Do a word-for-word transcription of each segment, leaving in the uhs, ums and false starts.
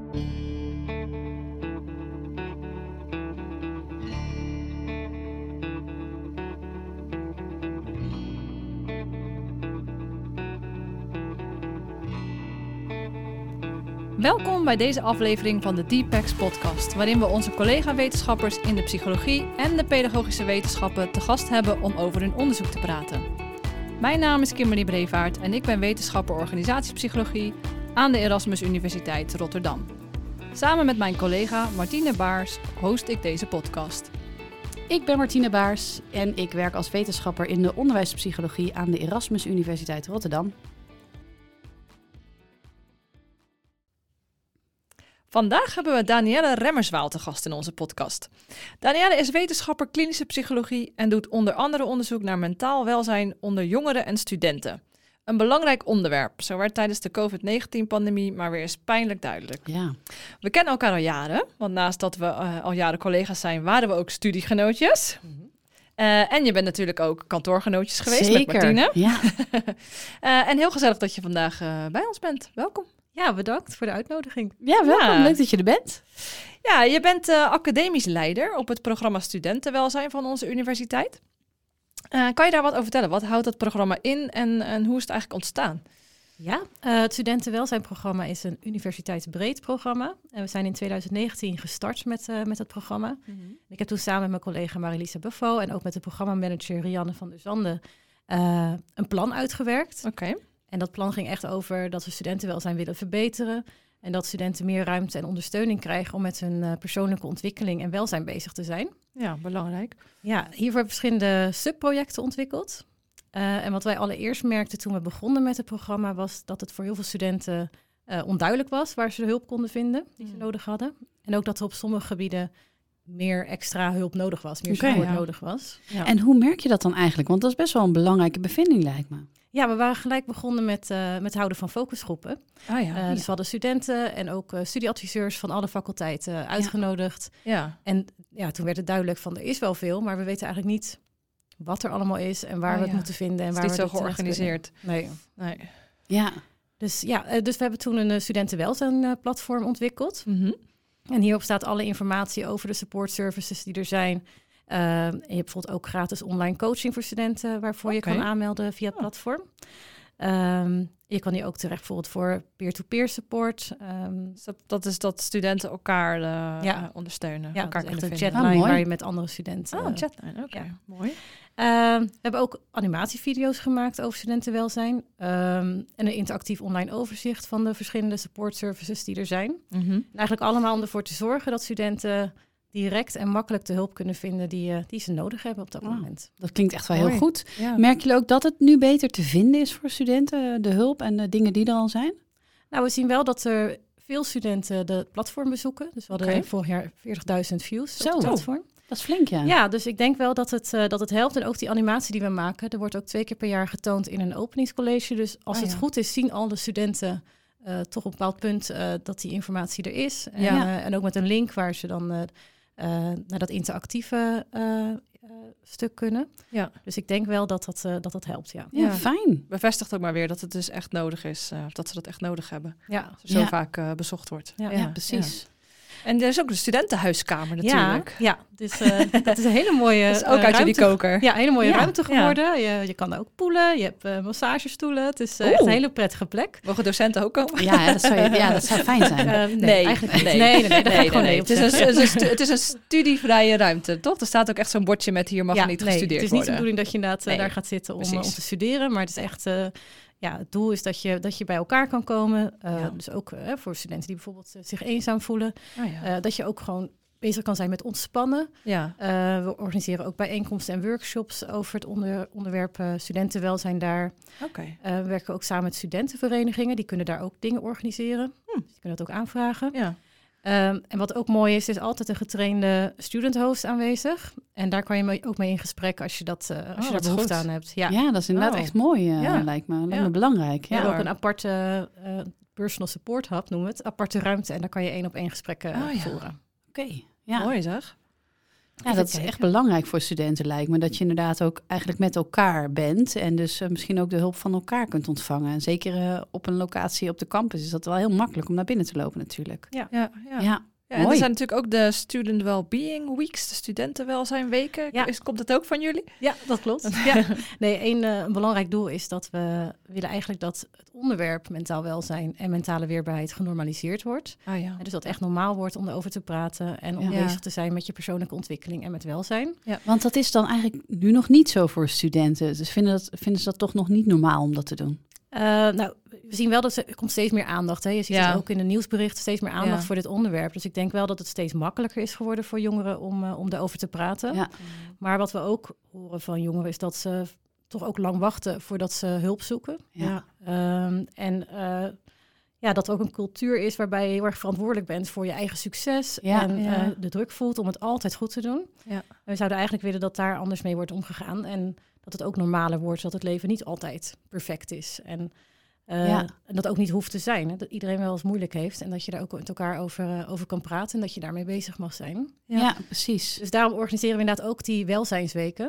Welkom bij deze aflevering van de D-PACS podcast, waarin we onze collega-wetenschappers in de psychologie en de pedagogische wetenschappen te gast hebben om over hun onderzoek te praten. Mijn naam is Kimberly Brevaart en ik ben wetenschapper organisatiepsychologie aan de Erasmus Universiteit Rotterdam. Samen met mijn collega Martine Baars host ik deze podcast. Ik ben Martine Baars en ik werk als wetenschapper in de onderwijspsychologie aan de Erasmus Universiteit Rotterdam. Vandaag hebben we Danielle Remmerswaal te gast in onze podcast. Danielle is wetenschapper klinische psychologie en doet onder andere onderzoek naar mentaal welzijn onder jongeren en studenten. Een belangrijk onderwerp, zo werd tijdens de covid negentien pandemie maar weer eens pijnlijk duidelijk. Ja. We kennen elkaar al jaren, want naast dat we uh, al jaren collega's zijn, waren we ook studiegenootjes. Mm-hmm. Uh, en je bent natuurlijk ook kantoorgenootjes geweest. Zeker. Met Martine. Ja. uh, en heel gezellig dat je vandaag uh, bij ons bent. Welkom. Ja, bedankt voor de uitnodiging. Ja, welkom. Ja. Leuk dat je er bent. Ja, je bent uh, academisch leider op het programma Studentenwelzijn van onze universiteit. Uh, kan je daar wat over vertellen? Wat houdt dat programma in en, en hoe is het eigenlijk ontstaan? Ja, uh, het Studentenwelzijnprogramma is een universiteitsbreed programma. En we zijn in twintig negentien gestart met, uh, met het programma. Mm-hmm. Ik heb toen samen met mijn collega Marilisa Buffo en ook met de programmamanager Rianne van der Zanden uh, een plan uitgewerkt. Oké. Okay. En dat plan ging echt over dat we studentenwelzijn willen verbeteren. En dat studenten meer ruimte en ondersteuning krijgen om met hun uh, persoonlijke ontwikkeling en welzijn bezig te zijn. Ja, belangrijk. Ja, hiervoor hebben we verschillende subprojecten ontwikkeld. Uh, en wat wij allereerst merkten toen we begonnen met het programma was dat het voor heel veel studenten uh, onduidelijk was waar ze de hulp konden vinden die ze mm. nodig hadden. En ook dat er op sommige gebieden meer extra hulp nodig was, meer support okay, ja. nodig was. Ja. En hoe merk je dat dan eigenlijk? Want dat is best wel een belangrijke bevinding, lijkt me. Ja, we waren gelijk begonnen met, uh, met het houden van focusgroepen. Ah, ja. uh, dus we hadden studenten en ook uh, studieadviseurs van alle faculteiten uitgenodigd. Ja. En ja, toen werd het duidelijk van er is wel veel, maar we weten eigenlijk niet wat er allemaal is en waar oh, we het ja. moeten vinden. En het is waar niet we zo georganiseerd. Nee. nee. Ja. Dus ja, uh, dus we hebben toen een uh, studentenwelzijn-platform ontwikkeld. Mm-hmm. En hierop staat alle informatie over de support services die er zijn. Uh, en je hebt bijvoorbeeld ook gratis online coaching voor studenten waarvoor okay. je kan aanmelden via het platform. Um, je kan hier ook terecht bijvoorbeeld voor peer-to-peer support. Um, dus dat, dat is dat studenten elkaar uh, ja. ondersteunen. Ja, elkaar echt een vinden. chatline ah, waar je met andere studenten... Oh, een chatline, oké. Okay. Ja. Mooi. Uh, we hebben ook animatievideo's gemaakt over studentenwelzijn. Um, en een interactief online overzicht van de verschillende support services die er zijn. Mm-hmm. En eigenlijk allemaal om ervoor te zorgen dat studenten direct en makkelijk de hulp kunnen vinden die, uh, die ze nodig hebben op dat oh, moment. Dat klinkt echt wel Mooi. heel goed. Ja. Merken jullie ook dat het nu beter te vinden is voor studenten, de hulp en de dingen die er al zijn? Nou, we zien wel dat er veel studenten de platform bezoeken. Dus we hadden okay. vorig jaar veertigduizend views Zo, op het platform. Dat is flink, ja. Ja, dus ik denk wel dat het, uh, dat het helpt. En ook die animatie die we maken, er wordt ook twee keer per jaar getoond in een openingscollege. Dus als oh, het ja. goed is, zien al de studenten uh, toch op een bepaald punt uh, dat die informatie er is. En, ja. uh, en ook met een link waar ze dan uh, uh, naar dat interactieve uh, uh, stuk kunnen. Ja. Dus ik denk wel dat dat, uh, dat, dat helpt, ja. Ja, ja. Fijn. Bevestigt ook maar weer dat het dus echt nodig is. Uh, dat ze dat echt nodig hebben. Ja. Als er zo ja. vaak uh, bezocht wordt. Ja, ja, ja precies. Ja. En er is ook de studentenhuiskamer natuurlijk. Ja, ja. Dus uh, dat is een hele mooie dat is ook uh, uit jullie koker. Ja, een hele mooie ja. ruimte geworden. Ja. Je, je kan daar ook poelen, je hebt uh, massagestoelen. Het is uh, Oeh. echt een hele prettige plek. Mogen docenten ook komen? Ja, dat zou, je, ja, dat zou fijn zijn. Uh, nee, nee, eigenlijk niet. Nee, nee, nee, nee, dat nee, nee, nee, nee. nee. Het, is een, het, is een stu- het is een studievrije ruimte, toch? Er staat ook echt zo'n bordje met hier mag ja, niet nee, gestudeerd worden. Het is niet de bedoeling dat je inderdaad uh, nee. daar gaat zitten om, uh, om Precies. te studeren. Maar het is echt... Uh, Ja, het doel is dat je, dat je bij elkaar kan komen. Uh, ja. Dus ook uh, voor studenten die bijvoorbeeld uh, zich eenzaam voelen. Oh, ja. uh, dat je ook gewoon bezig kan zijn met ontspannen. Ja. Uh, we organiseren ook bijeenkomsten en workshops over het onder, onderwerp uh, studentenwelzijn daar. Okay. Uh, we werken ook samen met studentenverenigingen. Die kunnen daar ook dingen organiseren. Hm. Dus die kunnen dat ook aanvragen. Ja. Um, en wat ook mooi is, is altijd een getrainde student host aanwezig. En daar kan je mee, ook mee in gesprek als je, dat, uh, als oh, je daar behoefte goed. aan hebt. Ja. ja, dat is inderdaad oh. echt mooi, uh, ja. lijkt me. Lijkt ja. me belangrijk. Ja, Ja, ja ook een aparte uh, personal support hub, noemen we het. Aparte ruimte en daar kan je één op één gesprekken uh, oh, ja. voeren. Oké, okay. ja. Mooi zeg. Ja, dat is echt belangrijk voor studenten, lijkt me. Dat je inderdaad ook eigenlijk met elkaar bent. En dus uh, misschien ook de hulp van elkaar kunt ontvangen. En zeker uh, op een locatie op de campus is dat wel heel makkelijk om naar binnen te lopen natuurlijk. Ja, ja, ja. ja. Ja, en er zijn natuurlijk ook de Student Wellbeing Weeks, de studentenwelzijnweken. Ja. Is, komt dat ook van jullie? Ja, dat klopt. Ja. Nee, een, uh, een belangrijk doel is dat we willen eigenlijk dat het onderwerp mentaal welzijn en mentale weerbaarheid genormaliseerd wordt. Oh ja. En dus dat het echt normaal wordt om erover te praten en om ja. bezig te zijn met je persoonlijke ontwikkeling en met welzijn. Ja. Want dat is dan eigenlijk nu nog niet zo voor studenten. Dus vinden, dat, vinden ze dat toch nog niet normaal om dat te doen? Uh, nou, we zien wel dat er komt steeds meer aandacht. Hè? Je ziet ja. het ook in de nieuwsberichten, steeds meer aandacht ja. voor dit onderwerp. Dus ik denk wel dat het steeds makkelijker is geworden voor jongeren om, uh, om erover te praten. Ja. Maar wat we ook horen van jongeren is dat ze toch ook lang wachten voordat ze hulp zoeken. Ja. Um, en uh, ja, dat er ook een cultuur is waarbij je heel erg verantwoordelijk bent voor je eigen succes. Ja. En Ja. uh, de druk voelt om het altijd goed te doen. Ja. En we zouden eigenlijk willen dat daar anders mee wordt omgegaan. En dat het ook normaler wordt, dat het leven niet altijd perfect is. En Uh, ja. En dat ook niet hoeft te zijn. Hè? Dat iedereen wel eens moeilijk heeft. En dat je daar ook met elkaar over, uh, over kan praten. En dat je daarmee bezig mag zijn. Ja, ja, precies. Dus daarom organiseren we inderdaad ook die welzijnsweken.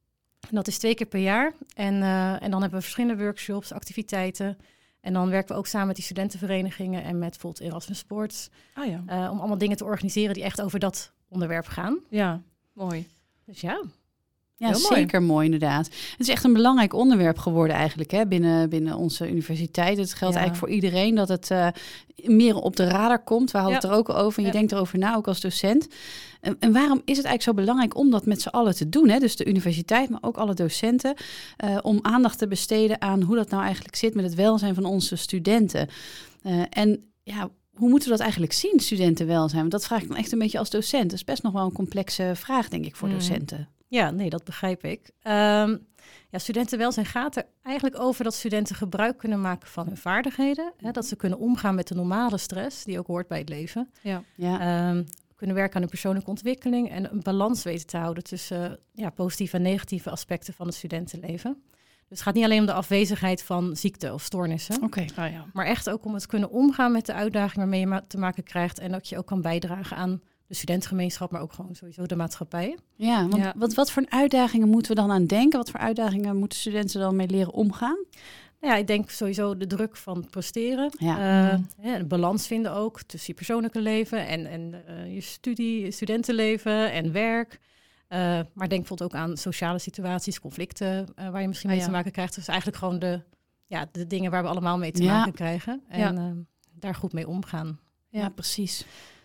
En dat is twee keer per jaar. En, uh, en dan hebben we verschillende workshops, activiteiten. En dan werken we ook samen met die studentenverenigingen. En met bijvoorbeeld Erasmus Sports. Oh ja. Uh, om allemaal dingen te organiseren die echt over dat onderwerp gaan. Ja, mooi. Dus ja... Ja, heel zeker mooi. mooi inderdaad. Het is echt een belangrijk onderwerp geworden eigenlijk hè, binnen, binnen onze universiteit. Het geldt ja. eigenlijk voor iedereen dat het uh, meer op de radar komt. We hadden ja. het er ook over en je ja. denkt erover na, ook als docent. En, en waarom is het eigenlijk zo belangrijk om dat met z'n allen te doen? Hè? Dus de universiteit, maar ook alle docenten. Uh, om aandacht te besteden aan hoe dat nou eigenlijk zit met het welzijn van onze studenten. Uh, en ja... Hoe moeten we dat eigenlijk zien, studentenwelzijn? Want dat vraag ik dan echt een beetje als docent. Dat is best nog wel een complexe vraag, denk ik, voor mm. docenten. Ja, nee, dat begrijp ik. Um, ja, studentenwelzijn gaat er eigenlijk over dat studenten gebruik kunnen maken van hun vaardigheden. Hè, dat ze kunnen omgaan met de normale stress, die ook hoort bij het leven. Ja. Ja. Um, kunnen werken aan hun persoonlijke ontwikkeling en een balans weten te houden tussen uh, ja, positieve en negatieve aspecten van het studentenleven. Dus het gaat niet alleen om de afwezigheid van ziekte of stoornissen. Okay. Oh ja. Maar echt ook om het kunnen omgaan met de uitdagingen waarmee je ma- te maken krijgt. En dat je ook kan bijdragen aan de studentengemeenschap, maar ook gewoon sowieso de maatschappij. Ja, want ja. Wat, wat voor uitdagingen moeten we dan aan denken? Wat voor uitdagingen moeten studenten dan mee leren omgaan? Nou ja, ik denk sowieso de druk van presteren. Ja. Uh, ja, een balans vinden ook tussen je persoonlijke leven en, en uh, je studie, je studentenleven en werk. Uh, maar denk bijvoorbeeld ook aan sociale situaties, conflicten uh, waar je misschien mee oh, ja. te maken krijgt. Dus eigenlijk gewoon de, ja, de dingen waar we allemaal mee te ja. maken krijgen. En ja. uh, daar goed mee omgaan. Ja, ja. precies.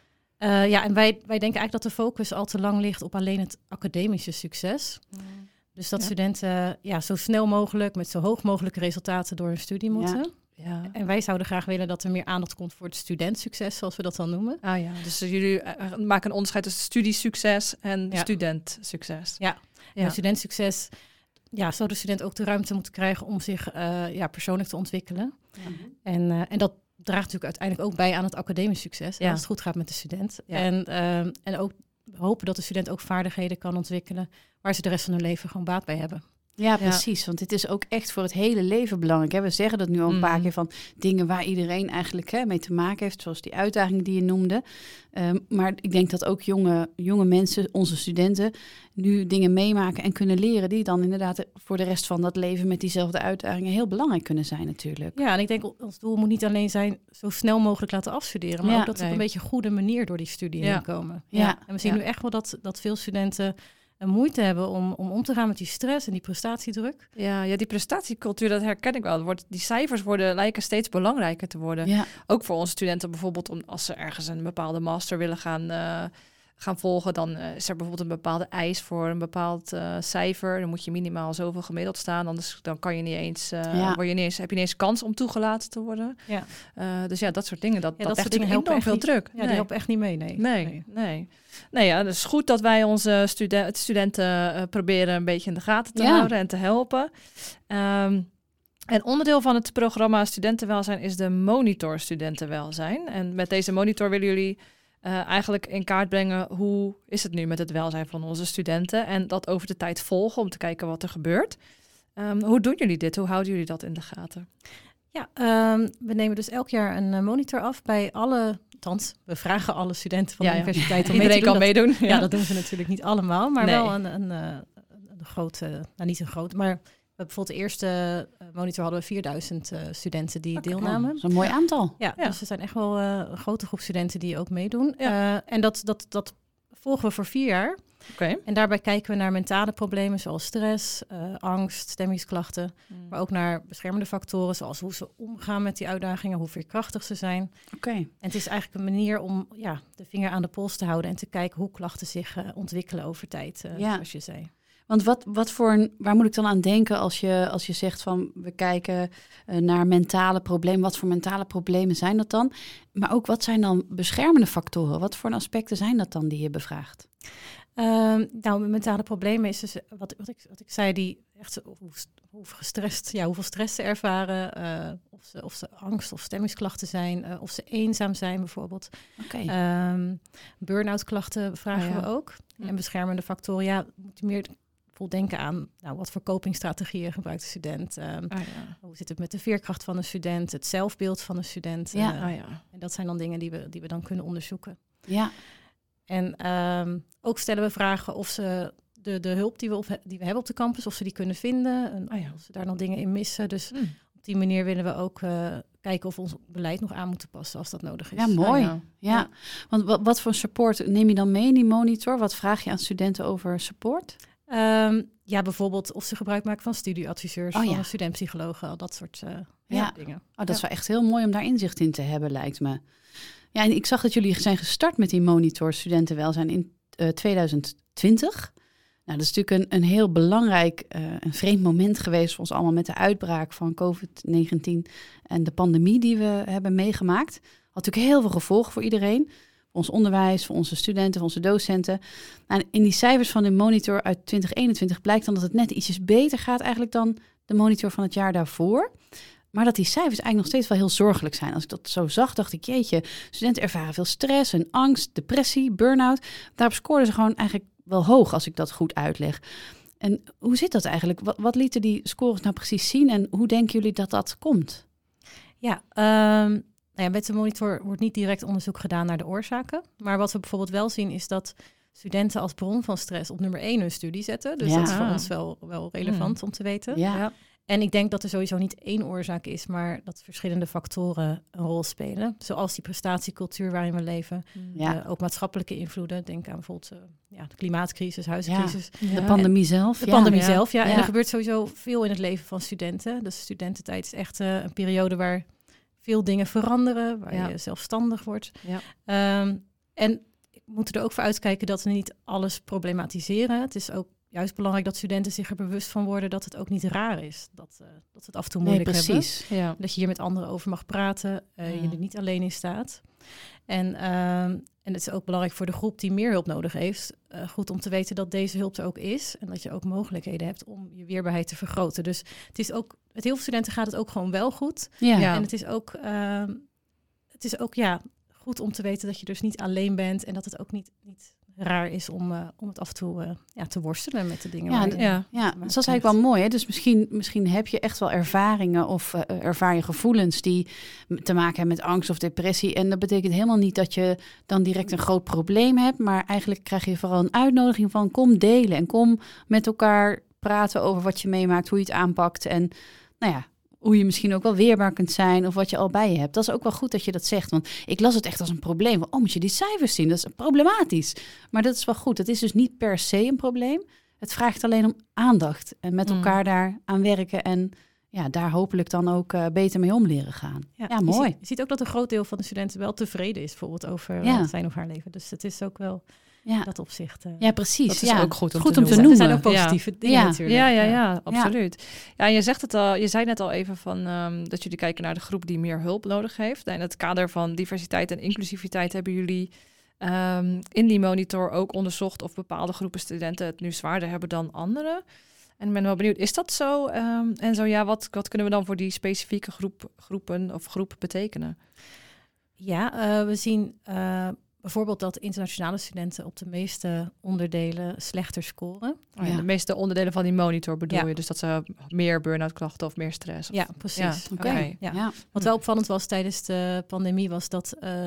Uh, ja, en wij, wij denken eigenlijk dat de focus al te lang ligt op alleen het academische succes. Mm. Dus dat ja. studenten ja, zo snel mogelijk met zo hoog mogelijke resultaten door hun studie moeten. Ja. Ja. En wij zouden graag willen dat er meer aandacht komt voor het studentsucces, zoals we dat dan noemen. Ah ja, dus uh, jullie uh, maken een onderscheid tussen studiesucces en ja. studentsucces. Ja, ja. En studentsucces, ja, zou de student ook de ruimte moeten krijgen om zich uh, ja, persoonlijk te ontwikkelen. Mm-hmm. En, uh, en dat draagt natuurlijk uiteindelijk ook bij aan het academisch succes, ja. als het goed gaat met de student. Ja. En, uh, en ook hopen dat de student ook vaardigheden kan ontwikkelen waar ze de rest van hun leven gewoon baat bij hebben. Ja, precies. Ja. Want dit is ook echt voor het hele leven belangrijk. Hè? We zeggen dat nu al een mm. paar keer van dingen waar iedereen eigenlijk hè, mee te maken heeft. Zoals die uitdagingen die je noemde. Um, maar ik denk dat ook jonge, jonge mensen, onze studenten, nu dingen meemaken en kunnen leren die dan inderdaad voor de rest van dat leven met diezelfde uitdagingen heel belangrijk kunnen zijn natuurlijk. Ja, en ik denk ons doel moet niet alleen zijn zo snel mogelijk laten afstuderen. Maar ja, ook dat ze nee. op een beetje goede manier door die studie ja. heen komen. Ja. Ja. En we zien ja. nu echt wel dat, dat veel studenten en moeite hebben om, om om te gaan met die stress en die prestatiedruk. Ja, ja, die prestatiecultuur, dat herken ik wel. Wordt, die cijfers worden, lijken steeds belangrijker te worden. Ja. Ook voor onze studenten bijvoorbeeld, om, als ze ergens een bepaalde master willen gaan, uh, gaan volgen, dan uh, is er bijvoorbeeld een bepaalde eis voor een bepaald uh, cijfer. Dan moet je minimaal zoveel gemiddeld staan, anders dan kan je niet eens, uh, ja. word je niet eens, heb je niet eens kans om toegelaten te worden. Ja. Uh, dus ja, dat soort dingen, dat, ja, dat, dat echt enorm veel niet, druk. Ja, nee. die helpen echt niet mee, nee. Nee, nee. nee. Nee, ja, het is goed dat wij onze studen- studenten uh, proberen een beetje in de gaten te ja. houden en te helpen. Um, en onderdeel van het programma Studentenwelzijn is de monitor Studentenwelzijn. En met deze monitor willen jullie uh, eigenlijk in kaart brengen hoe is het nu met het welzijn van onze studenten. En dat over de tijd volgen om te kijken wat er gebeurt. Um, hoe doen jullie dit? Hoe houden jullie dat in de gaten? Ja, um, we nemen dus elk jaar een uh, monitor af bij alle althans, we vragen alle studenten van Ja, de ja. universiteit om mee te Iedereen doen. kan Dat- meedoen. Ja, dat doen ze natuurlijk niet allemaal, maar Nee. wel een, een, eh, een grote, nou niet een grote, maar bijvoorbeeld de eerste eh, monitor hadden we vierduizend uh, studenten die Oké. deelnamen. Dat is een mooi aantal. Ja, Ja. dus er zijn echt wel uh, een grote groep studenten die ook meedoen. Ja. Uh, en dat, dat, dat volgen we voor vier jaar. Oké. En daarbij kijken we naar mentale problemen zoals stress, uh, angst, stemmingsklachten. Mm. Maar ook naar beschermende factoren zoals hoe ze omgaan met die uitdagingen, hoe veerkrachtig ze zijn. Oké. En het is eigenlijk een manier om ja, de vinger aan de pols te houden en te kijken hoe klachten zich uh, ontwikkelen over tijd, uh, Ja. zoals je zei. Want wat, wat voor een, waar moet ik dan aan denken als je, als je zegt van we kijken uh, naar mentale problemen? Wat voor mentale problemen zijn dat dan? Maar ook wat zijn dan beschermende factoren? Wat voor aspecten zijn dat dan die je bevraagt? Um, nou, met mentale problemen is dus wat, wat, ik, wat ik zei, die echt hoe, hoe gestrest, ja, hoeveel stress ze ervaren, uh, of, ze, of ze angst of stemmingsklachten zijn, uh, of ze eenzaam zijn bijvoorbeeld. Oké. Okay. Um, burn-out klachten vragen oh, ja. we ook. Ja. En beschermende factoren, ja, moet je meer bijvoorbeeld denken aan nou, wat voor copingstrategieën gebruikt de student. Um, Ah, ja. Hoe zit het met de veerkracht van een student, het zelfbeeld van een student. Ja. Uh, Ah, ja. En dat zijn dan dingen die we, die we dan kunnen onderzoeken. Ja. En um, ook stellen we vragen of ze de, de hulp die we, op, die we hebben op de campus, of ze die kunnen vinden. En Oh ja. of ze daar nog dingen in missen. Dus Mm. op die manier willen we ook uh, kijken of we ons beleid nog aan moeten passen als dat nodig is. Ja, mooi. Ah, ja. Ja. Ja. Want wat, wat voor support neem je dan mee in die monitor? Wat vraag je aan studenten over support? Um, ja, bijvoorbeeld of ze gebruik maken van studieadviseurs, Oh, van ja. studentpsychologen, al dat soort uh, Ja. dingen. Oh, dat is Ja. wel echt heel mooi om daar inzicht in te hebben, lijkt me. Ja, en ik zag dat jullie zijn gestart met die monitor studentenwelzijn in uh, twintig twintig. Nou, dat is natuurlijk een, een heel belangrijk, uh, een vreemd moment geweest voor ons allemaal met de uitbraak van covid negentien en de pandemie die we hebben meegemaakt. Had natuurlijk heel veel gevolgen voor iedereen. Voor ons onderwijs, voor onze studenten, voor onze docenten. Nou, in die cijfers van de monitor uit twintig eenentwintig blijkt dan dat het net ietsjes beter gaat eigenlijk dan de monitor van het jaar daarvoor. Maar dat die cijfers eigenlijk nog steeds wel heel zorgelijk zijn. Als ik dat zo zag, dacht ik, jeetje, studenten ervaren veel stress en angst, depressie, burn-out. Daarop scoorden ze gewoon eigenlijk wel hoog, als ik dat goed uitleg. En hoe zit dat eigenlijk? Wat, wat lieten die scores nou precies zien en hoe denken jullie dat dat komt? Ja, um, nou ja, met de monitor wordt niet direct onderzoek gedaan naar de oorzaken. Maar wat we bijvoorbeeld wel zien is dat studenten als bron van stress op nummer één hun studie zetten. Dus Ja. dat is voor Ah. ons wel, wel relevant Mm. om te weten. Ja. Ja. En ik denk dat er sowieso niet één oorzaak is, maar dat verschillende factoren een rol spelen. Zoals die prestatiecultuur waarin we leven. Ja. Uh, ook maatschappelijke invloeden. Denk aan bijvoorbeeld uh, ja, de klimaatcrisis, huizencrisis. De pandemie zelf. De ja. pandemie ja. zelf, ja. Ja. En er gebeurt sowieso veel in het leven van studenten. Dus de studententijd is echt uh, een periode waar veel dingen veranderen, waar Ja. je zelfstandig wordt. Ja. Um, en we moeten er ook voor uitkijken dat we niet alles problematiseren. Het is ook juist belangrijk dat studenten zich er bewust van worden dat het ook niet raar is. Dat, uh, dat ze het af en toe Nee, moeilijk hebben. precies. Ja. Dat je hier met anderen over mag praten. Uh, Mm. Je er niet alleen in staat. En, um, en het is ook belangrijk voor de groep die meer hulp nodig heeft. Uh, goed om te weten dat deze hulp er ook is. En dat je ook mogelijkheden hebt om je weerbaarheid te vergroten. Dus het is ook, met heel veel studenten gaat het ook gewoon wel goed. Ja. Ja. En het is ook, uh, het is ook ja, goed om te weten dat je dus niet alleen bent. En dat het ook niet, niet raar is om, uh, om het af en toe uh, ja, te worstelen met de dingen. Ja, waar d- je- Ja. Ja, dat is eigenlijk wel mooi. Hè? Dus misschien, misschien heb je echt wel ervaringen of uh, ervaar je gevoelens die m- te maken hebben met angst of depressie. En dat betekent helemaal niet dat je dan direct een groot probleem hebt. Maar eigenlijk krijg je vooral een uitnodiging van kom delen. En kom met elkaar praten over wat je meemaakt, hoe je het aanpakt. En nou ja, hoe je misschien ook wel weerbaar kunt zijn of wat je al bij je hebt. Dat is ook wel goed dat je dat zegt. Want ik las het echt als een probleem. Van, oh, moet je die cijfers zien? Dat is problematisch. Maar dat is wel goed. Het is dus niet per se een probleem. Het vraagt alleen om aandacht en met Mm. elkaar daar aan werken en ja, daar hopelijk dan ook uh, beter mee om leren gaan. Ja, je mooi. ziet, je ziet ook dat een groot deel van de studenten wel tevreden is bijvoorbeeld over Ja. uh, zijn of haar leven. Dus het is ook wel Ja, dat opzicht. Uh, ja precies. Dat is ja. ook goed om goed te om te noemen. er noemen. zijn ook positieve dingen Ja. natuurlijk. Ja, ja, ja, absoluut. Ja, en je zegt het al, je zei net al even van um, dat jullie kijken naar de groep die meer hulp nodig heeft. En in het kader van diversiteit en inclusiviteit hebben jullie um, in die monitor ook onderzocht of bepaalde groepen studenten het nu zwaarder hebben dan anderen. En ik ben wel benieuwd, is dat zo? Um, en zo ja, wat, wat kunnen we dan voor die specifieke groep, groepen of groep betekenen? Ja, uh, we zien uh, bijvoorbeeld dat internationale studenten op de meeste onderdelen slechter scoren. Oh, ja, Ja. De meeste onderdelen van die monitor bedoel Ja. je? Dus dat ze meer burn-out klachten of meer stress? Of... Ja, precies. Ja. Oké. Oké. Ja. Ja. Wat wel opvallend was tijdens de pandemie was dat, uh,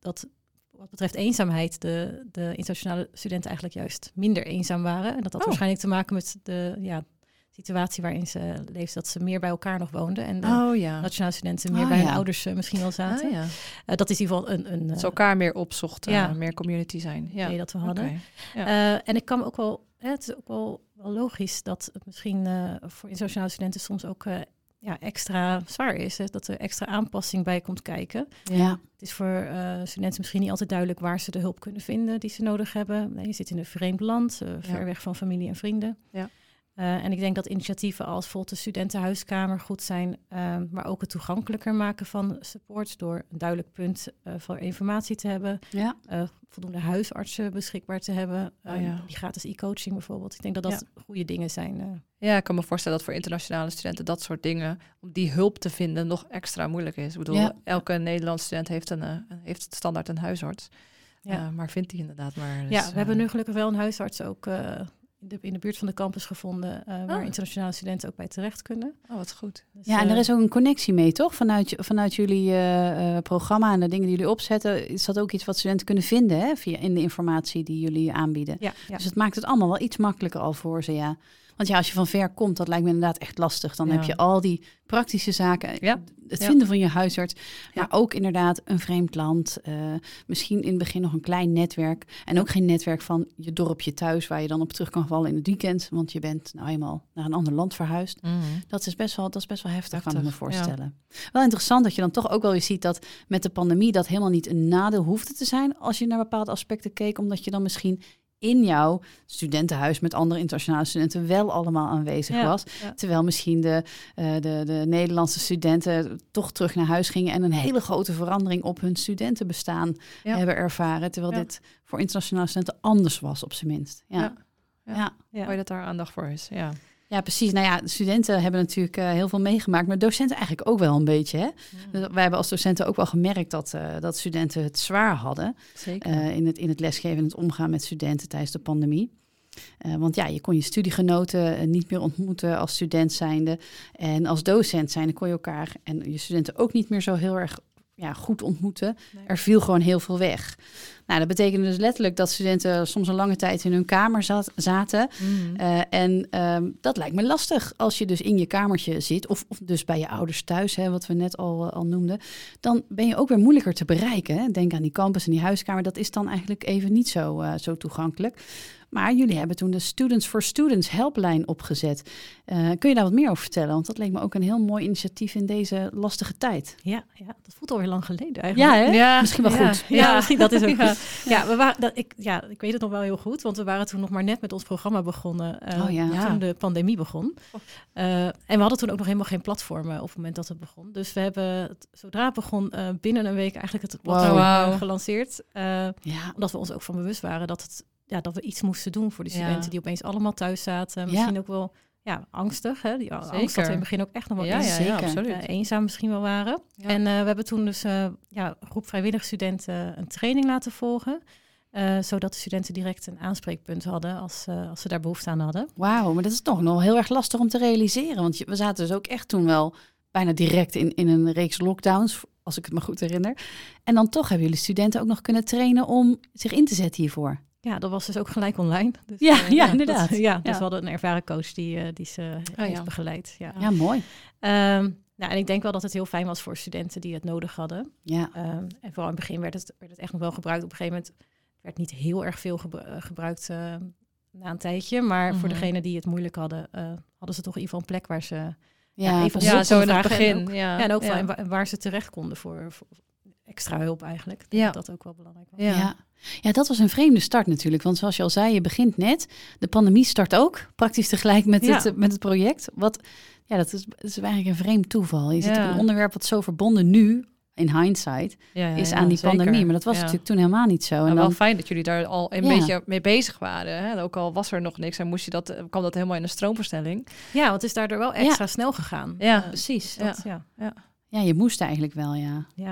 dat wat betreft eenzaamheid de, de internationale studenten eigenlijk juist minder eenzaam waren. En dat had oh. waarschijnlijk te maken met de ja, situatie waarin ze leefden, dat ze meer bij elkaar nog woonden. En de oh, ja. nationale studenten meer oh, bij ja. hun ouders uh, misschien wel zaten. Ah, ja. uh, dat is in ieder geval een... een dat ze elkaar meer opzochten, ja. meer community zijn. Ja, idee dat we hadden. Okay. Ja. Uh, en ik kan me ook wel... Hè, het is ook wel, wel logisch dat het misschien uh, voor internationale studenten soms ook uh, ja, extra zwaar is. Hè, dat er extra aanpassing bij komt kijken. Ja. Het is voor uh, studenten misschien niet altijd duidelijk waar ze de hulp kunnen vinden die ze nodig hebben. Nee, je zit in een vreemd land, uh, ver ja. weg van familie en vrienden. Ja. Uh, en ik denk dat initiatieven als bijvoorbeeld de studentenhuiskamer goed zijn, uh, maar ook het toegankelijker maken van support door een duidelijk punt uh, voor informatie te hebben, Ja. uh, voldoende huisartsen beschikbaar te hebben, uh, Oh, ja. die gratis e-coaching bijvoorbeeld. Ik denk dat dat Ja. goede dingen zijn. Uh. Ja, ik kan me voorstellen dat voor internationale studenten dat soort dingen, om die hulp te vinden, nog extra moeilijk is. Ik bedoel, Ja. elke Nederlandse student heeft, een, uh, heeft standaard een huisarts. Ja. Uh, maar vindt die inderdaad maar. Dus, Ja, we uh, hebben nu gelukkig wel een huisarts ook uh, in, de, in de buurt van de campus gevonden, uh, waar Oh. internationale studenten ook bij terecht kunnen. Oh, wat goed. Dus, Ja, en uh, er is ook een connectie mee, toch? Vanuit, vanuit jullie uh, uh, programma en de dingen die jullie opzetten, is dat ook iets wat studenten kunnen vinden, hè? Via in de informatie die jullie aanbieden. ja, ja. Dus het maakt het allemaal wel iets makkelijker al voor ze, ja. Want ja, als je van ver komt, dat lijkt me inderdaad echt lastig. Dan Ja. heb je al die praktische zaken. Ja. Het Ja. vinden van je huisarts. Maar Ja. ook inderdaad een vreemd land. Uh, misschien in het begin nog een klein netwerk. En ook geen netwerk van je dorpje thuis, waar je dan op terug kan vallen in het weekend. Want je bent nou eenmaal naar een ander land verhuisd. Mm-hmm. Dat is best wel, dat is best wel heftig, Heftig, kan ik me voorstellen. Wel interessant dat je dan toch ook wel weer ziet dat met de pandemie dat helemaal niet een nadeel hoefde te zijn als je naar bepaalde aspecten keek. Omdat je dan misschien in jouw studentenhuis met andere internationale studenten wel allemaal aanwezig Ja, was. ja. Terwijl misschien de, uh, de, de Nederlandse studenten toch terug naar huis gingen en een hele grote verandering op hun studentenbestaan Ja. hebben ervaren. Terwijl Ja. dit voor internationale studenten anders was, op zijn minst. Ja, Ja. ja. Ja. ja. Ja. Mooi dat daar aandacht voor is. Ja. Ja, precies. Nou ja, de studenten hebben natuurlijk uh, heel veel meegemaakt, maar docenten eigenlijk ook wel een beetje. Hè? Mm. Dus wij hebben als docenten ook wel gemerkt dat, uh, dat studenten het zwaar hadden Zeker. uh, in, het, in het lesgeven en het omgaan met studenten tijdens de pandemie. Uh, want ja, je kon je studiegenoten uh, niet meer ontmoeten als student zijnde. En als docent zijnde kon je elkaar en je studenten ook niet meer zo heel erg ja, goed ontmoeten. Nee. Er viel gewoon heel veel weg. Nou, dat betekende dus letterlijk dat studenten soms een lange tijd in hun kamer zat, zaten. Mm-hmm. Uh, en um, dat lijkt me lastig als je dus in je kamertje zit, of, of dus bij je ouders thuis, hè, wat we net al, uh, al noemden. Dan ben je ook weer moeilijker te bereiken. Hè? Denk aan die campus en die huiskamer, dat is dan eigenlijk even niet zo, uh, zo toegankelijk. Maar jullie hebben toen de Students for Students helpline opgezet. Uh, kun je daar wat meer over vertellen? Want dat leek me ook een heel mooi initiatief in deze lastige tijd. Ja, ja, dat voelt alweer lang geleden eigenlijk. Ja, hè? Ja, Misschien wel ja. goed. Ja, Ja. misschien dat is ook Ja. goed. Ja, we waren, dat, ik, ja, ik weet het nog wel heel goed, want we waren toen nog maar net met ons programma begonnen. Uh, Oh, ja. Ja. Toen de pandemie begon. Uh, en we hadden toen ook nog helemaal geen platformen op het moment dat het begon. Dus we hebben, het, zodra het begon, uh, binnen een week eigenlijk het platform Wow. uh, gelanceerd. Uh, Ja, omdat we ons ook van bewust waren dat, het, ja, dat we iets moesten doen voor die Ja. studenten die opeens allemaal thuis zaten. Misschien ook wel ja, angstig. Hè? Die angst dat we in het begin ook echt nog wel Ja, eens ja, zeker. ja, absoluut. uh, eenzaam misschien wel waren. Ja. En uh, we hebben toen dus uh, ja, een groep vrijwillige studenten een training laten volgen. Uh, zodat de studenten direct een aanspreekpunt hadden als, uh, als ze daar behoefte aan hadden. wauw, maar dat is toch nog heel erg lastig om te realiseren. Want je, we zaten dus ook echt toen wel bijna direct in, in een reeks lockdowns, als ik het me goed herinner. En dan toch hebben jullie studenten ook nog kunnen trainen om zich in te zetten hiervoor. Ja, dat was dus ook gelijk online. Dus, Ja, uh, ja, inderdaad. Dat, ja, dus Ja. we hadden een ervaren coach die, uh, die ze Oh, heeft ja. begeleid. Ja. Ja, mooi. Um, nou, en ik denk wel dat het heel fijn was voor studenten die het nodig hadden. Ja, Um, en vooral in het begin werd het, werd het echt nog wel gebruikt. Op een gegeven moment werd niet heel erg veel gebru- gebruikt uh, na een tijdje. Maar Mm-hmm. voor degenen die het moeilijk hadden, uh, hadden ze toch in ieder geval een plek waar ze... ja, Ja, even precies. Ja, zo in het vragen en begin. Ja, Ja, en ook ja. van, waar, waar ze terecht konden voor, voor extra hulp eigenlijk. Ik Ja. denk dat dat ook wel belangrijk was. Ja. Ja. Ja, dat was een vreemde start natuurlijk. Want zoals je al zei, je begint net. De pandemie start ook, praktisch tegelijk met, Ja. het, met het project. Wat, ja, dat is, dat is eigenlijk een vreemd toeval. Je zit Ja. op een onderwerp wat zo verbonden nu, in hindsight, Ja, ja, is ja, aan die zeker. pandemie. Maar dat was Ja. natuurlijk toen helemaal niet zo. Maar En wel dan, fijn dat jullie daar al een Ja. beetje mee bezig waren. Hè? Ook al was er nog niks en moest je dat, kwam dat helemaal in een stroomversnelling. Ja, want het is daardoor wel extra snel gegaan. Ja. Uh, precies. dat, ja. Ja, je moest eigenlijk wel, ja. Ja.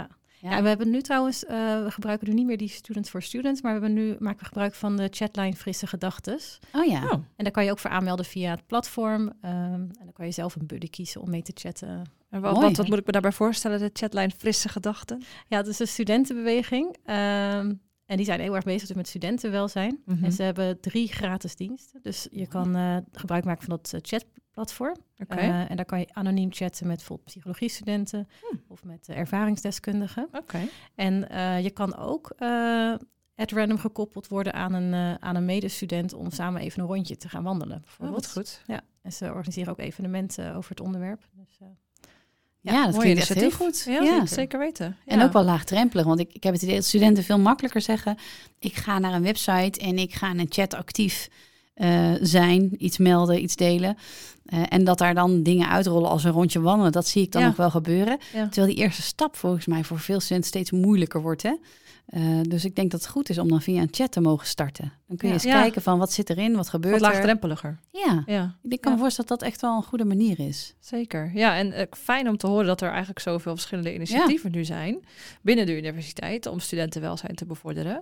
Ja, en we hebben nu trouwens, uh, we gebruiken nu niet meer die Student for Students, maar we hebben nu maken we gebruik van de chatline Frisse Gedachtes. Oh ja. Oh. En daar kan je ook voor aanmelden via het platform. Um, en dan kan je zelf een buddy kiezen om mee te chatten. En wat, wat, wat moet ik me daarbij voorstellen, de chatline Frisse Gedachten? Ja, het is een studentenbeweging. Um, en die zijn heel erg bezig met studentenwelzijn. Mm-hmm. En ze hebben drie gratis diensten. Dus je kan uh, gebruik maken van dat uh, chatplatform. Okay. Uh, en daar kan je anoniem chatten met bijvoorbeeld psychologiestudenten hmm. of met uh, ervaringsdeskundigen. Okay. En uh, je kan ook uh, at random gekoppeld worden aan een, uh, aan een medestudent om samen even een rondje te gaan wandelen. Bijvoorbeeld. Oh, wat goed. Ja, en ze organiseren ook evenementen over het onderwerp. Dus, uh, Ja, ja, dat klinkt echt heel goed. Ja, ja. Zeker. zeker weten. Ja. En ook wel laagdrempelig, want ik, ik heb het idee dat studenten veel makkelijker zeggen, ik ga naar een website en ik ga in een chat actief uh, zijn, iets melden, iets delen. Uh, en dat daar dan dingen uitrollen als een rondje wandelen, dat zie ik dan ja. nog wel gebeuren. Ja. Terwijl die eerste stap volgens mij voor veel studenten steeds moeilijker wordt, hè? Uh, dus ik denk dat het goed is om dan via een chat te mogen starten. Dan kun je ja. eens ja. kijken van wat zit erin, wat gebeurt wat er. laagdrempeliger. Ja, ja. ik kan ja. me voorstellen dat dat echt wel een goede manier is. Zeker. Ja, en uh, fijn om te horen dat er eigenlijk zoveel verschillende initiatieven ja. nu zijn binnen de universiteit om studentenwelzijn te bevorderen.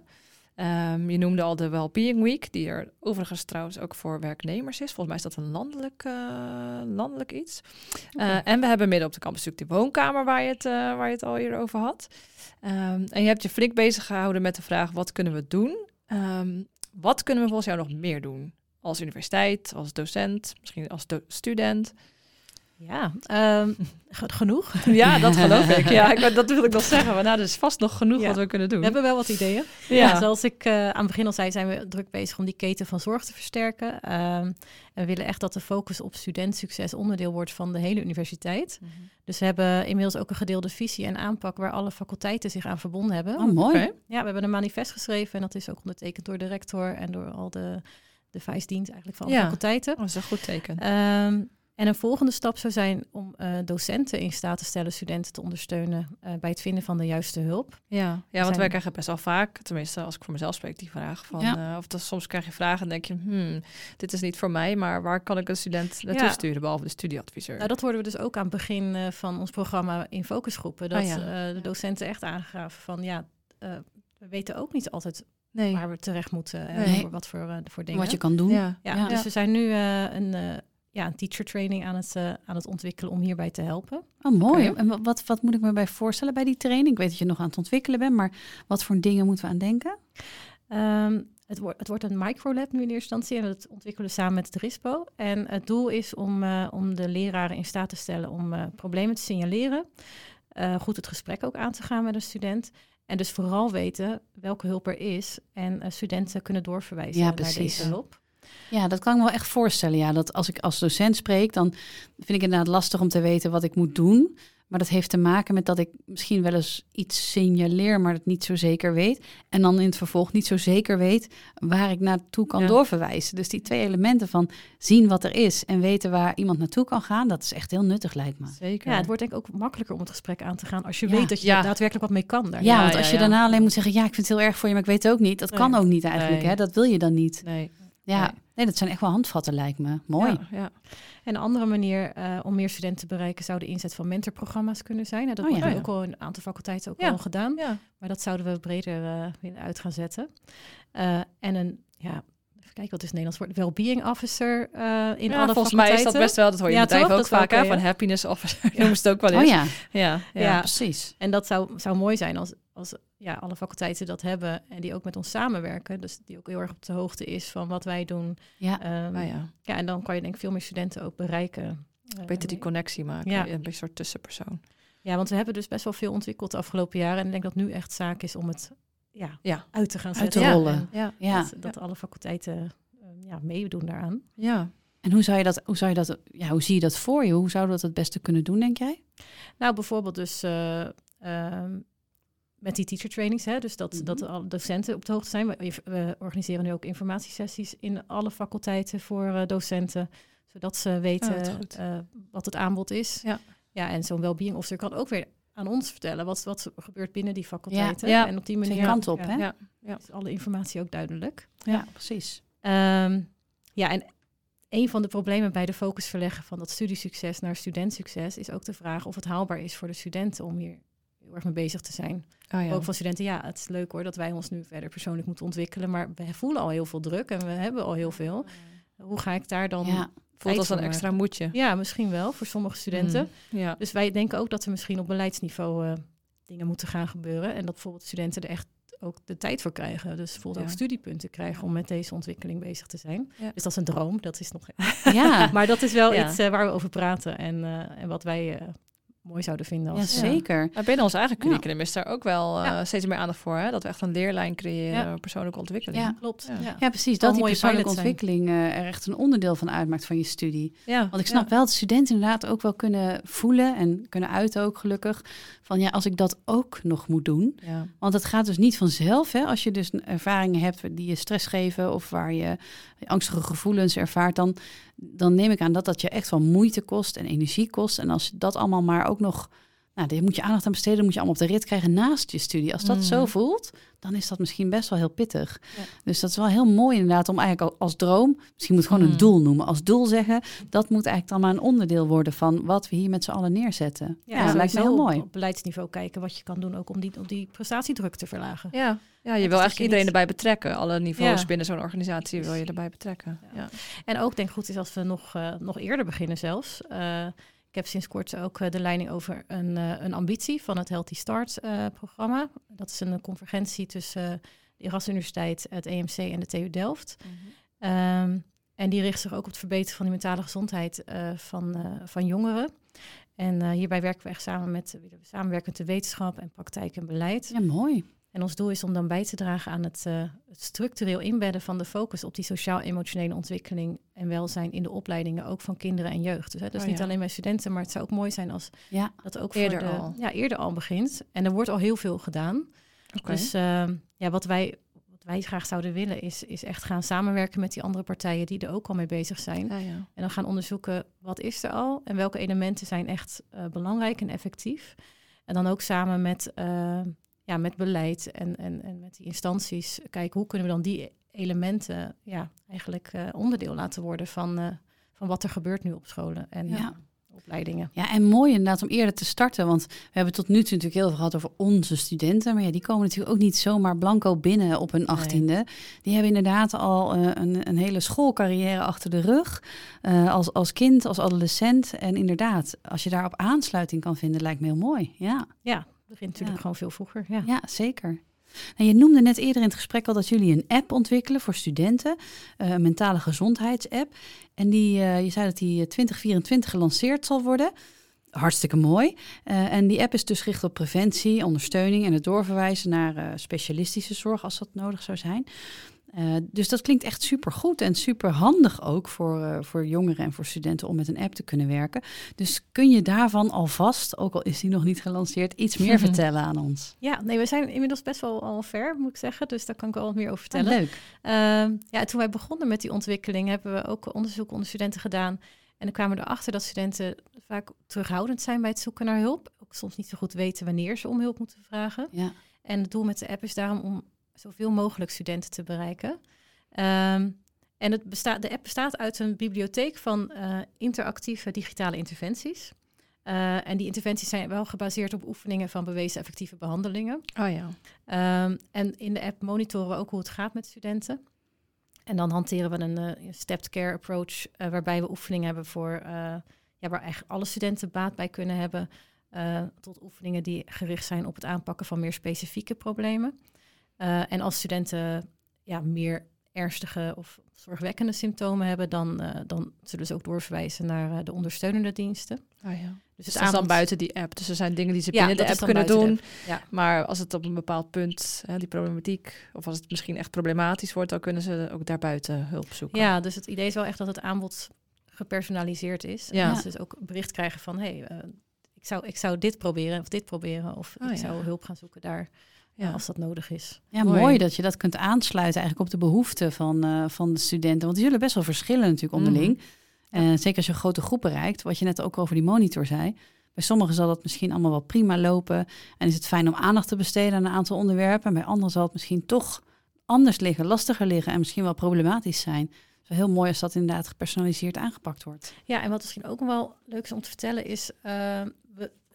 Um, je noemde al de Wellbeing Week, die er overigens trouwens ook voor werknemers is. Volgens mij is dat een landelijk, uh, landelijk iets. Okay. Uh, en we hebben midden op de campus natuurlijk die woonkamer waar je het, uh, waar je het al eerder over had. Um, en je hebt je flink bezig gehouden met de vraag, wat kunnen we doen? Um, wat kunnen we volgens jou nog meer doen? Als universiteit, als docent, misschien als do- student? Ja, um, genoeg. Ja, dat geloof ik. Ja, ik, dat wil ik nog zeggen. Maar nou, er is vast nog genoeg ja. wat we kunnen doen. We hebben wel wat ideeën. Ja. Ja, zoals ik uh, aan het begin al zei, zijn we druk bezig om die keten van zorg te versterken. Um, en we willen echt dat de focus op studentsucces onderdeel wordt van de hele universiteit. Mm-hmm. Dus we hebben inmiddels ook een gedeelde visie en aanpak waar alle faculteiten zich aan verbonden hebben. Oh, mooi. Okay. Ja, we hebben een manifest geschreven en dat is ook ondertekend door de rector en door al de, de vijfdienst eigenlijk van alle ja. faculteiten. Oh, dat is een goed teken. Um, En een volgende stap zou zijn om uh, docenten in staat te stellen studenten te ondersteunen uh, bij het vinden van de juiste hulp. Ja, ja want zijn... wij krijgen best wel vaak, tenminste als ik voor mezelf spreek, die vraag van, ja. uh, of dat, soms krijg je vragen en denk je, hmm, dit is niet voor mij, maar waar kan ik een student naartoe ja. sturen, behalve de studieadviseur? Nou, dat hoorden we dus ook aan het begin uh, van ons programma in focusgroepen, dat oh, ja. uh, de docenten echt aangaven van, ja, uh, we weten ook niet altijd nee. waar we terecht moeten en nee. voor wat voor, uh, voor dingen. Wat je kan doen. Ja, ja, ja. Dus ja. we zijn nu uh, een... Uh, Ja, een teacher training aan het, uh, aan het ontwikkelen om hierbij te helpen. Oh, mooi. Okay. En wat, wat moet ik me bij voorstellen bij die training? Ik weet dat je nog aan het ontwikkelen bent, maar wat voor dingen moeten we aan denken? Um, het, wo- het wordt een microlab nu in eerste instantie en dat ontwikkelen we samen met het RISPO. En het doel is om, uh, om de leraren in staat te stellen om uh, problemen te signaleren. Uh, goed het gesprek ook aan te gaan met een student. En dus vooral weten welke hulp er is en uh, studenten kunnen doorverwijzen ja, naar precies. deze hulp. Ja, dat kan ik me wel echt voorstellen. Ja, dat als ik als docent spreek, dan vind ik het inderdaad lastig om te weten wat ik moet doen. Maar dat heeft te maken met dat ik misschien wel eens iets signaleer, maar het niet zo zeker weet. En dan in het vervolg niet zo zeker weet waar ik naartoe kan ja. doorverwijzen. Dus die twee elementen van zien wat er is en weten waar iemand naartoe kan gaan, dat is echt heel nuttig, lijkt me. Zeker. Ja, het wordt denk ik ook makkelijker om het gesprek aan te gaan als je ja. weet dat je ja. daadwerkelijk wat mee kan. Daar. Ja, ja, want als ja, je ja. daarna alleen moet zeggen, ja, ik vind het heel erg voor je, maar ik weet het ook niet. Dat nee. kan ook niet eigenlijk, nee. hè? Dat wil je dan niet. Nee. Ja, nee. nee, dat zijn echt wel handvatten, lijkt me. Mooi. Ja, ja. En een andere manier uh, om meer studenten te bereiken zou de inzet van mentorprogramma's kunnen zijn. Nou, dat oh, wordt ja. ook al in een aantal faculteiten ook ja. al gedaan. Ja. Maar dat zouden we breder uh, willen uit gaan zetten. Uh, en een, ja, even kijken wat is het Nederlands woord, well-being officer uh, in ja, alle volgens faculteiten. Volgens mij is dat best wel, dat hoor je ja, in het bedrijf ook, ook vaak, hè, van happiness officer. Ja. Noemen ze het ook wel eens. Oh ja, ja, ja. ja precies. En dat zou, zou mooi zijn als, als ja, alle faculteiten dat hebben en die ook met ons samenwerken. Dus die ook heel erg op de hoogte is van wat wij doen. Ja, um, ah, ja. ja en dan kan je denk ik veel meer studenten ook bereiken. Uh, Beter die connectie maken, ja. een beetje soort tussenpersoon. Ja, want we hebben dus best wel veel ontwikkeld de afgelopen jaren. En ik denk dat nu echt zaak is om het ja, ja. uit te gaan uit zetten. te rollen. En ja. Ja. Dat, dat ja. alle faculteiten uh, ja, meedoen daaraan. Ja. En hoe zou je dat, hoe zou je dat, ja, hoe zie je dat voor je? Hoe zouden we dat het beste kunnen doen, denk jij? Nou, bijvoorbeeld dus uh, uh, met die teacher trainings, hè, dus dat, mm-hmm. dat alle docenten op de hoogte zijn. We, we organiseren nu ook informatiesessies in alle faculteiten voor uh, docenten, zodat ze weten oh, uh, wat het aanbod is. Ja, ja en zo'n well-being officer kan ook weer aan ons vertellen wat, wat er gebeurt binnen die faculteiten. Ja, ja. En op die manier kant op, ja, hè? Ja, ja. Is alle informatie ook duidelijk. Ja, ja precies. Um, ja, en een van de problemen bij de focus verleggen van dat studiesucces naar studentsucces is ook de vraag of het haalbaar is voor de studenten om hier heel erg mee bezig te zijn. Oh, ja. Ook van studenten, ja, het is leuk hoor dat wij ons nu verder persoonlijk moeten ontwikkelen, maar we voelen al heel veel druk en we hebben al heel veel. Hoe ga ik daar dan... Ja. Voelt als een extra moedje. Ja, misschien wel voor sommige studenten. Mm, ja. Dus wij denken ook dat er misschien op beleidsniveau uh, dingen moeten gaan gebeuren. En dat bijvoorbeeld studenten er echt ook de tijd voor krijgen. Dus bijvoorbeeld ja. ook studiepunten krijgen om met deze ontwikkeling bezig te zijn. Ja. Dus dat is een droom, dat is nog... ja. Maar dat is wel ja. iets uh, waar we over praten en, uh, en wat wij... Uh, mooi zouden vinden. Als, ja, zeker. Ja. Maar binnen ons eigen curriculum ja. is daar ook wel uh, ja. steeds meer aandacht voor. Hè? Dat we echt een leerlijn creëren, ja. persoonlijke ontwikkeling. Ja, klopt. Ja, ja. ja precies. Dat die persoonlijke ontwikkeling uh, er echt een onderdeel van uitmaakt van je studie. Ja. Want ik snap ja. wel dat studenten inderdaad ook wel kunnen voelen en kunnen uiten ook gelukkig. Van ja, als ik dat ook nog moet doen. Ja. Want het gaat dus niet vanzelf. Hè? Als je dus ervaringen hebt die je stress geven of waar je angstige gevoelens ervaart, dan, dan neem ik aan dat dat je echt wel moeite kost en energie kost. En als dat allemaal maar ook nog, nou, daar moet je aandacht aan besteden, moet je allemaal op de rit krijgen naast je studie. Als dat mm. zo voelt, dan is dat misschien best wel heel pittig. Ja. Dus dat is wel heel mooi inderdaad om eigenlijk als droom, misschien moet het gewoon mm. een doel noemen, als doel zeggen, dat moet eigenlijk dan maar een onderdeel worden van wat we hier met z'n allen neerzetten. Ja, ja dat lijkt me heel mooi. Op, op beleidsniveau kijken wat je kan doen ook om die, om die prestatiedruk te verlagen. Ja, ja je wil eigenlijk iedereen niet... erbij betrekken. Alle niveaus ja. binnen zo'n organisatie wil je erbij betrekken. Ja. Ja. En ook denk ik goed is als we nog, uh, nog eerder beginnen zelfs. Uh, Ik heb sinds kort ook uh, de leiding over een, uh, een ambitie van het Healthy Start uh, programma. Dat is een convergentie tussen uh, de Erasmus Universiteit, het E M C en de T U Delft. Mm-hmm. Um, en die richt zich ook op het verbeteren van de mentale gezondheid uh, van, uh, van jongeren. En uh, hierbij werken we echt samen met, uh, samenwerken met de wetenschap en praktijk en beleid. Ja, mooi. En ons doel is om dan bij te dragen aan het, uh, het structureel inbedden van de focus op die sociaal-emotionele ontwikkeling en welzijn in de opleidingen, ook van kinderen en jeugd. Dus, hè, dus oh, niet ja. alleen bij studenten, maar het zou ook mooi zijn als ja. dat ook eerder voor de, al. Ja, eerder al begint. En er wordt al heel veel gedaan. Okay. Dus uh, ja, wat wij, wat wij graag zouden willen is, is echt gaan samenwerken met die andere partijen die er ook al mee bezig zijn. Ja, ja. En dan gaan onderzoeken wat is er al en welke elementen zijn echt uh, belangrijk en effectief. En dan ook samen met... Uh, Ja, met beleid en, en, en met die instanties kijken hoe kunnen we dan die elementen ja, eigenlijk uh, onderdeel laten worden van, uh, van wat er gebeurt nu op scholen en ja. uh, opleidingen. Ja, en mooi inderdaad om eerder te starten, want we hebben tot nu toe natuurlijk heel veel gehad over onze studenten, maar ja, die komen natuurlijk ook niet zomaar blanco binnen op hun achttiende. Nee. Die hebben inderdaad al uh, een, een hele schoolcarrière achter de rug, uh, als, als kind, als adolescent. En inderdaad, als je daarop aansluiting kan vinden, lijkt me heel mooi. Ja, ja. begint natuurlijk ja. gewoon veel vroeger. Ja, ja zeker. Nou, je noemde net eerder in het gesprek al dat jullie een app ontwikkelen voor studenten. Uh, een mentale gezondheidsapp. En die, uh, je zei dat die twintig vierentwintig gelanceerd zal worden. Hartstikke mooi. Uh, en die app is dus gericht op preventie, ondersteuning en het doorverwijzen naar uh, specialistische zorg als dat nodig zou zijn. Uh, dus dat klinkt echt supergoed en super handig ook voor, uh, voor jongeren en voor studenten om met een app te kunnen werken. Dus kun je daarvan alvast, ook al is die nog niet gelanceerd, iets meer vertellen aan ons? Ja, nee, we zijn inmiddels best wel al ver, moet ik zeggen. Dus daar kan ik wel wat meer over vertellen. Ah, leuk. Uh, ja, toen wij begonnen met die ontwikkeling hebben we ook onderzoek onder studenten gedaan. En dan kwamen we erachter dat studenten vaak terughoudend zijn bij het zoeken naar hulp. Ook soms niet zo goed weten wanneer ze om hulp moeten vragen. Ja. En het doel met de app is daarom om zoveel mogelijk studenten te bereiken. Um, en het bestaat, de app bestaat uit een bibliotheek van uh, interactieve digitale interventies. Uh, en die interventies zijn wel gebaseerd op oefeningen van bewezen effectieve behandelingen. Oh ja. Um, en in de app monitoren we ook hoe het gaat met studenten. En dan hanteren we een, uh, een stepped care approach, uh, waarbij we oefeningen hebben voor, uh, ja, waar eigenlijk alle studenten baat bij kunnen hebben, uh, tot oefeningen die gericht zijn op het aanpakken van meer specifieke problemen. Uh, en als studenten ja, meer ernstige of zorgwekkende symptomen hebben, dan, uh, dan zullen ze ook doorverwijzen naar uh, de ondersteunende diensten. Oh ja. Dus het is avond... dan buiten die app. Dus er zijn dingen die ze ja, binnen de app kunnen doen. Ja. Maar als het op een bepaald punt, hè, die problematiek, of als het misschien echt problematisch wordt, dan kunnen ze ook daarbuiten hulp zoeken. Ja, dus het idee is wel echt dat het aanbod gepersonaliseerd is. Ja. En dat ze dus ook bericht krijgen van, hé, hey, uh, ik, zou, ik zou dit proberen of dit proberen. Of oh, ik ja. zou hulp gaan zoeken daar. Ja, als dat nodig is. Ja, mooi. mooi dat je dat kunt aansluiten eigenlijk op de behoeften van, uh, van de studenten. Want die zullen best wel verschillen natuurlijk onderling. Mm-hmm. Uh, zeker als je een grote groep bereikt. Wat je net ook over die monitor zei. Bij sommigen zal dat misschien allemaal wel prima lopen. En is het fijn om aandacht te besteden aan een aantal onderwerpen. En bij anderen zal het misschien toch anders liggen, lastiger liggen. En misschien wel problematisch zijn. Het is wel heel mooi als dat inderdaad gepersonaliseerd aangepakt wordt. Ja, en wat misschien ook wel leuk is om te vertellen is... Uh, we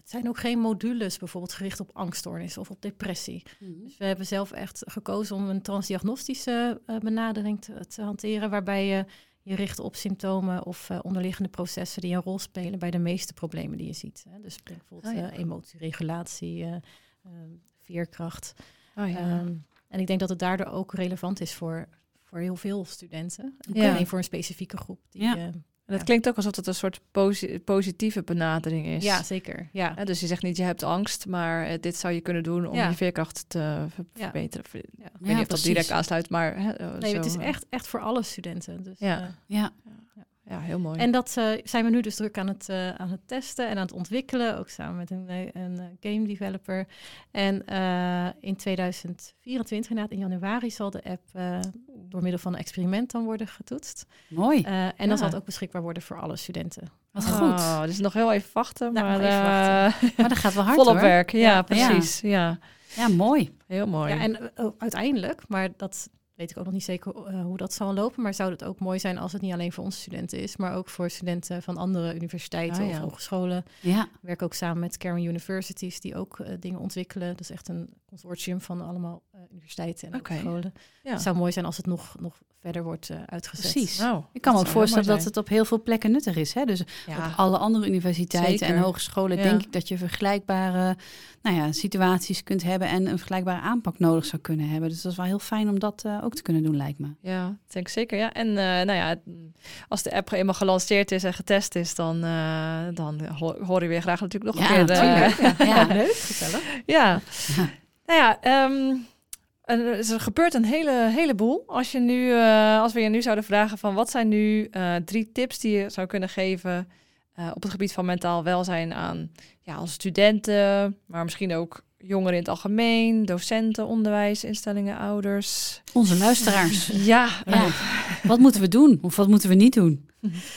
zijn ook geen modules bijvoorbeeld gericht op angststoornis of op depressie. Mm-hmm. Dus we hebben zelf echt gekozen om een transdiagnostische uh, benadering te, te hanteren, waarbij je je richt op symptomen of uh, onderliggende processen die een rol spelen bij de meeste problemen die je ziet. Hè. Dus bijvoorbeeld oh, ja. uh, emotieregulatie, uh, uh, veerkracht. Oh, ja. um, en ik denk dat het daardoor ook relevant is voor, voor heel veel studenten. Ja. Alleen voor een specifieke groep. Die, ja. uh, En het klinkt ook alsof het een soort posi- positieve benadering is. Ja, zeker. Ja. Ja, dus je zegt niet, je hebt angst, maar uh, dit zou je kunnen doen om ja. je veerkracht te ver- ja. verbeteren. Ja. Ik weet ja, niet of dat direct aansluit, maar... Uh, nee, zo. Het is echt, echt voor alle studenten. Dus, ja. Uh, ja. ja. Ja, heel mooi. En dat uh, zijn we nu dus druk aan het, uh, aan het testen en aan het ontwikkelen. Ook samen met een, een game developer. En uh, in tweeduizend vierentwintig, inderdaad, in januari, zal de app uh, door middel van een experiment dan worden getoetst. Mooi. Uh, en ja. dan zal het ook beschikbaar worden voor alle studenten. Wat oh, goed. Oh, dus nog heel even wachten. Nou, maar, even uh, wachten. maar dat gaat wel hard, volop hoor. werk. Ja, ja precies. Ja. Ja. ja, mooi. Heel mooi. Ja, en uh, uiteindelijk, maar dat... weet ik ook nog niet zeker uh, hoe dat zal lopen. Maar zou het ook mooi zijn als het niet alleen voor onze studenten is, maar ook voor studenten van andere universiteiten oh, ja. of hogescholen. Ja. Ik werk ook samen met Caring Universities, die ook uh, dingen ontwikkelen. Dat is echt een consortium van allemaal uh, universiteiten en okay. hogescholen. Ja. Het zou mooi zijn als het nog, nog verder wordt uh, uitgezet. Precies. Nou, ik kan me ook voorstellen dat het op heel veel plekken nuttig is. Hè? Dus ja. op alle andere universiteiten Zeker. en hogescholen ja. denk ik dat je vergelijkbare nou ja, situaties kunt hebben en een vergelijkbare aanpak nodig zou kunnen hebben. Dus dat is wel heel fijn om dat uh, ook te kunnen doen, lijkt me. Ja, dat denk ik zeker. Ja. En uh, nou ja, als de app eenmaal gelanceerd is en getest is, dan, uh, dan horen we weer graag natuurlijk nog ja, een keer. Uh, ja, ja. leuk, gezellig. Ja. ja. Nou ja, um, er gebeurt een hele, heleboel. Als, je nu, uh, als we je nu zouden vragen van wat zijn nu uh, drie tips die je zou kunnen geven uh, op het gebied van mentaal welzijn aan ja, als studenten, maar misschien ook jongeren in het algemeen, docenten, onderwijsinstellingen, ouders. Onze luisteraars. Ja. ja. Wat moeten we doen of wat moeten we niet doen?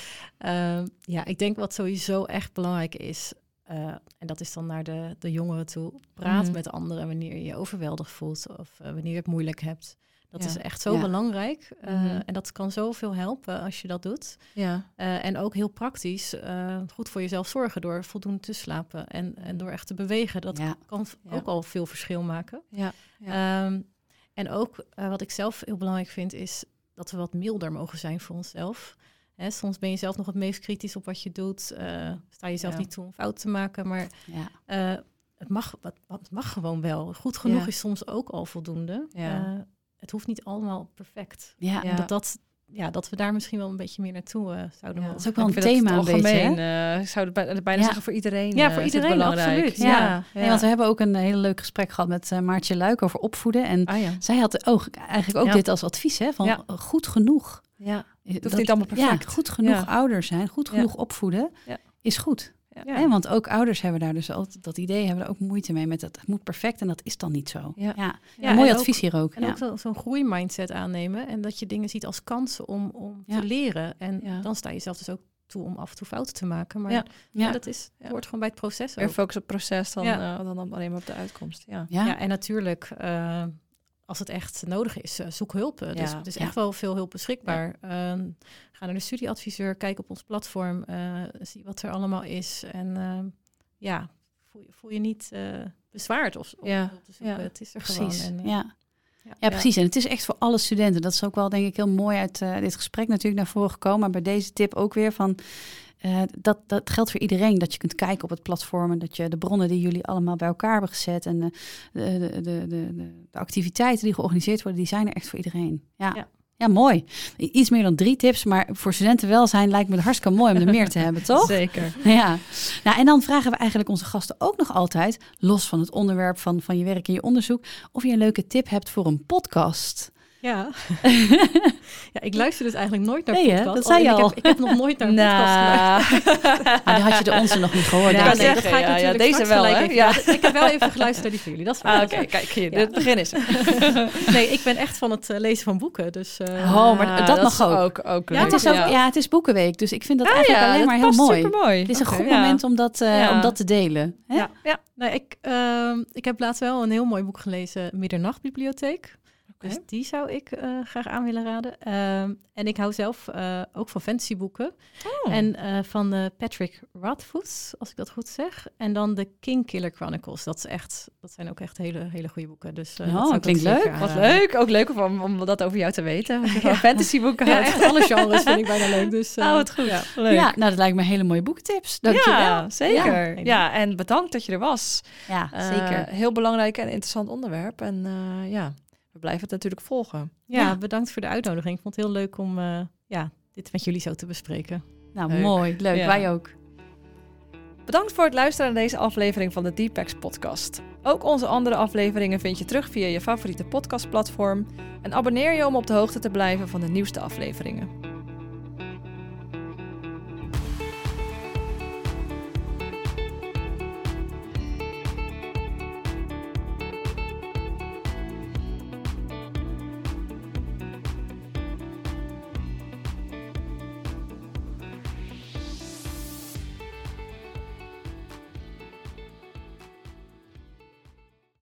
Uh, ja, ik denk wat sowieso echt belangrijk is, uh, en dat is dan naar de, de jongeren toe, praat mm. met anderen wanneer je je overweldigd voelt of uh, wanneer je het moeilijk hebt. Dat ja. is echt zo ja. belangrijk. Uh, mm-hmm. En dat kan zoveel helpen als je dat doet. Ja. Uh, en ook heel praktisch uh, goed voor jezelf zorgen door voldoende te slapen. En, en door echt te bewegen. Dat ja. kan ja. ook al veel verschil maken. Ja. Ja. Um, en ook uh, wat ik zelf heel belangrijk vind is dat we wat milder mogen zijn voor onszelf. Hè, soms ben je zelf nog het meest kritisch op wat je doet. Uh, sta je zelf ja. niet toe om fouten te maken. Maar ja. uh, het, mag, wat, het mag gewoon wel. Goed genoeg ja. is soms ook al voldoende. Ja. Uh, Het hoeft niet allemaal perfect. Ja. Ja. Dat, dat, ja, dat we daar misschien wel een beetje meer naartoe uh, zouden ja, mogen. Dat is ook wel een thema een beetje. Uh, ik zou het bijna ja. zeggen voor iedereen. Ja, uh, voor iedereen, belangrijk. absoluut. Ja. Ja. Ja. Nee, want we hebben ook een heel leuk gesprek gehad met uh, Maartje Luik over opvoeden. En ah, ja. zij had ook eigenlijk ook ja. dit als advies, hè, van ja. goed genoeg. Ja. Het hoeft dat, niet allemaal perfect. Ja, goed genoeg ja. ouder zijn, goed genoeg ja. opvoeden ja. is goed. Ja. Ja. Want ook ouders hebben daar dus altijd dat idee, hebben er ook moeite mee met dat het moet perfect en dat is dan niet zo. Ja, ja. ja een mooi advies ook, hier ook. En ja. ook zo, zo'n groeimindset aannemen en dat je dingen ziet als kansen om, om ja. te leren. En ja. dan sta je zelf dus ook toe om af en toe fouten te maken. Maar ja. Ja. Ja, dat is, ja. hoort gewoon bij het proces ook. Meer focus op het proces dan, ja. uh, dan alleen maar op de uitkomst. Ja, ja. ja en natuurlijk... Uh, als het echt nodig is, uh, zoek hulp. Ja. Dus er is ja. echt wel veel hulp beschikbaar. Ja. Uh, ga naar de studieadviseur, kijk op ons platform, uh, zie wat er allemaal is. En uh, ja, voel je, voel je niet uh, bezwaard of, of ja. hulp te zoeken. Ja. Het is er precies. gewoon. En, uh, ja. Ja, ja, precies. En het is echt voor alle studenten. Dat is ook wel, denk ik, heel mooi uit uh, dit gesprek natuurlijk naar voren gekomen. Maar bij deze tip ook weer van... Uh, dat, dat geldt voor iedereen, dat je kunt kijken op het platform en dat je de bronnen die jullie allemaal bij elkaar hebben gezet en de, de, de, de, de, de activiteiten die georganiseerd worden, die zijn er echt voor iedereen. Ja, ja. ja mooi. Iets meer dan drie tips, maar voor studentenwelzijn lijkt me het hartstikke mooi om er meer te hebben, toch? Zeker. Ja. Nou, en dan vragen we eigenlijk onze gasten ook nog altijd, los van het onderwerp van, van je werk en je onderzoek, of je een leuke tip hebt voor een podcast. Ja. ja, ik luister dus eigenlijk nooit naar nee, podcast. Dat zei je al. Ik heb, ik heb nog nooit naar een nah. podcast geluisterd. Maar dan had je de onze nog niet gehoord. Ja, ja, nee, dat ga ik ja, natuurlijk ja, deze wel, hè? Ja. Ik heb wel even geluisterd naar die van jullie. Dat is ah, oké, okay, kijk hier. Ja. Het begin is er. Nee, ik ben echt van het uh, lezen van boeken. Dus, uh, oh, maar dat, dat mag ook. ook, ook ja, het is ook, ja. ja, het is Boekenweek. Dus ik vind dat ah, eigenlijk ja, alleen maar heel mooi. Supermooi. Het is okay, een goed ja. moment om dat, uh, ja. om dat te delen. Hè? Ja, ja. Nee, ik, uh, ik heb laatst wel een heel mooi boek gelezen, Middernachtbibliotheek. Okay. Dus die zou ik uh, graag aan willen raden. Uh, en ik hou zelf uh, ook van fantasyboeken. Oh. En uh, van uh, Patrick Rothfuss, als ik dat goed zeg. En dan de Kingkiller Chronicles. Dat, is echt, dat zijn ook echt hele, hele goede boeken. Dus, uh, oh, dat klinkt leuk. Wat leuk. Ook leuk om, om dat over jou te weten. Van ja. fantasyboeken. Ja, echt alle genres vind ik bijna leuk. Dus, uh, oh, wat goed. Ja. Leuk. Ja, nou, dat lijkt me hele mooie boekentips. Dank je wel. Ja, zeker. Ja. Ja, en bedankt dat je er was. Ja, Uh, zeker. Heel belangrijk en interessant onderwerp. En uh, ja, we blijven het natuurlijk volgen. Ja, Ja. bedankt voor de uitnodiging. Ik vond het heel leuk om uh, ja, dit met jullie zo te bespreken. Nou, Leuk. mooi. Leuk. Ja. Wij ook. Bedankt voor het luisteren naar deze aflevering van de Deepex podcast. Ook onze andere afleveringen vind je terug via je favoriete podcastplatform. En abonneer je om op de hoogte te blijven van de nieuwste afleveringen.